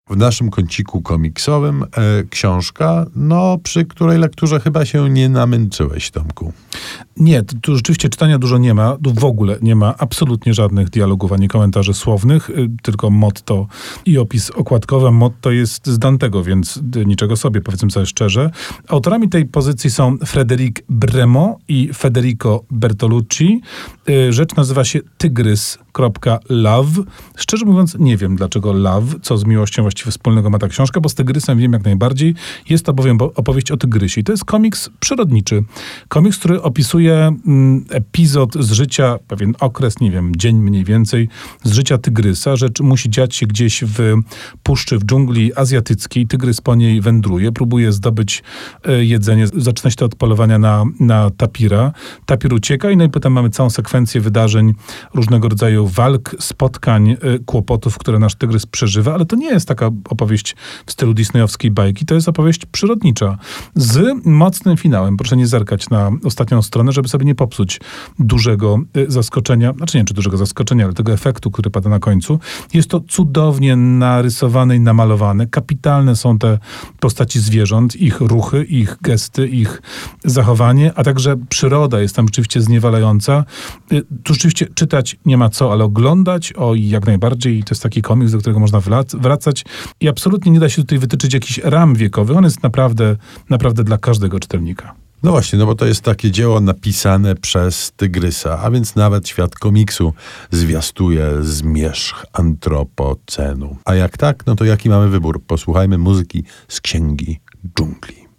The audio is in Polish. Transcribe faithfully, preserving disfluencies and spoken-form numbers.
w naszym kąciku komiksowym e, książka, no przy której lekturze chyba się nie namęczyłeś, Tomku. Nie, tu, tu rzeczywiście czytania dużo nie ma, tu w ogóle nie ma absolutnie żadnych dialogów ani komentarzy słownych, y, tylko motto i opis okładkowy. Motto jest z Dantego, więc y, niczego sobie, powiedzmy sobie szczerze. Autorami tej pozycji są Frédéric Bremont i Federico Bertolucci. Y, rzecz nazywa się Tygrys.love. Szczerze mówiąc, nie wiem dlaczego love, co z miłością właściwie wspólnego ma ta książka, bo z Tygrysem wiem jak najbardziej. Jest to bowiem opowieść o tygrysie. I to jest komiks przyrodniczy. Komiks, który opisuje mm, epizod z życia, pewien okres, nie wiem, dzień mniej więcej, z życia tygrysa. Rzecz musi dziać się gdzieś w puszczy, w dżungli azjatyckiej. Tygrys po niej wędruje, próbuje zdobyć e, jedzenie. Zaczyna się to od polowania na, na tapira. Tapir ucieka i no i potem mamy całą sekwencję wydarzeń, różnego rodzaju walk, spotkań, e, kłopotów, które nasz tygrys przeżywa, ale to nie jest taka opowieść w stylu disneyowskiej bajki, to jest opowieść przyrodnicza z mocnym finałem. Proszę nie zerkać na ostatnią stronę, żeby sobie nie popsuć dużego y, zaskoczenia, znaczy nie wiem, czy dużego zaskoczenia, ale tego efektu, który pada na końcu. Jest to cudownie narysowane i namalowane. Kapitalne są te postaci zwierząt, ich ruchy, ich gesty, ich zachowanie, a także przyroda jest tam rzeczywiście zniewalająca. Y, tu rzeczywiście czytać nie ma co, ale oglądać, o jak najbardziej. To jest taki komiks, do którego można wracać i absolutnie nie da się tutaj wytyczyć jakichś ram wiekowych. On jest naprawdę, naprawdę dla każdego czytelnika. No właśnie, no bo to jest takie dzieło napisane przez tygrysa, a więc nawet świat komiksu zwiastuje zmierzch antropocenu. A jak tak, no to jaki mamy wybór? Posłuchajmy muzyki z Księgi Dżungli.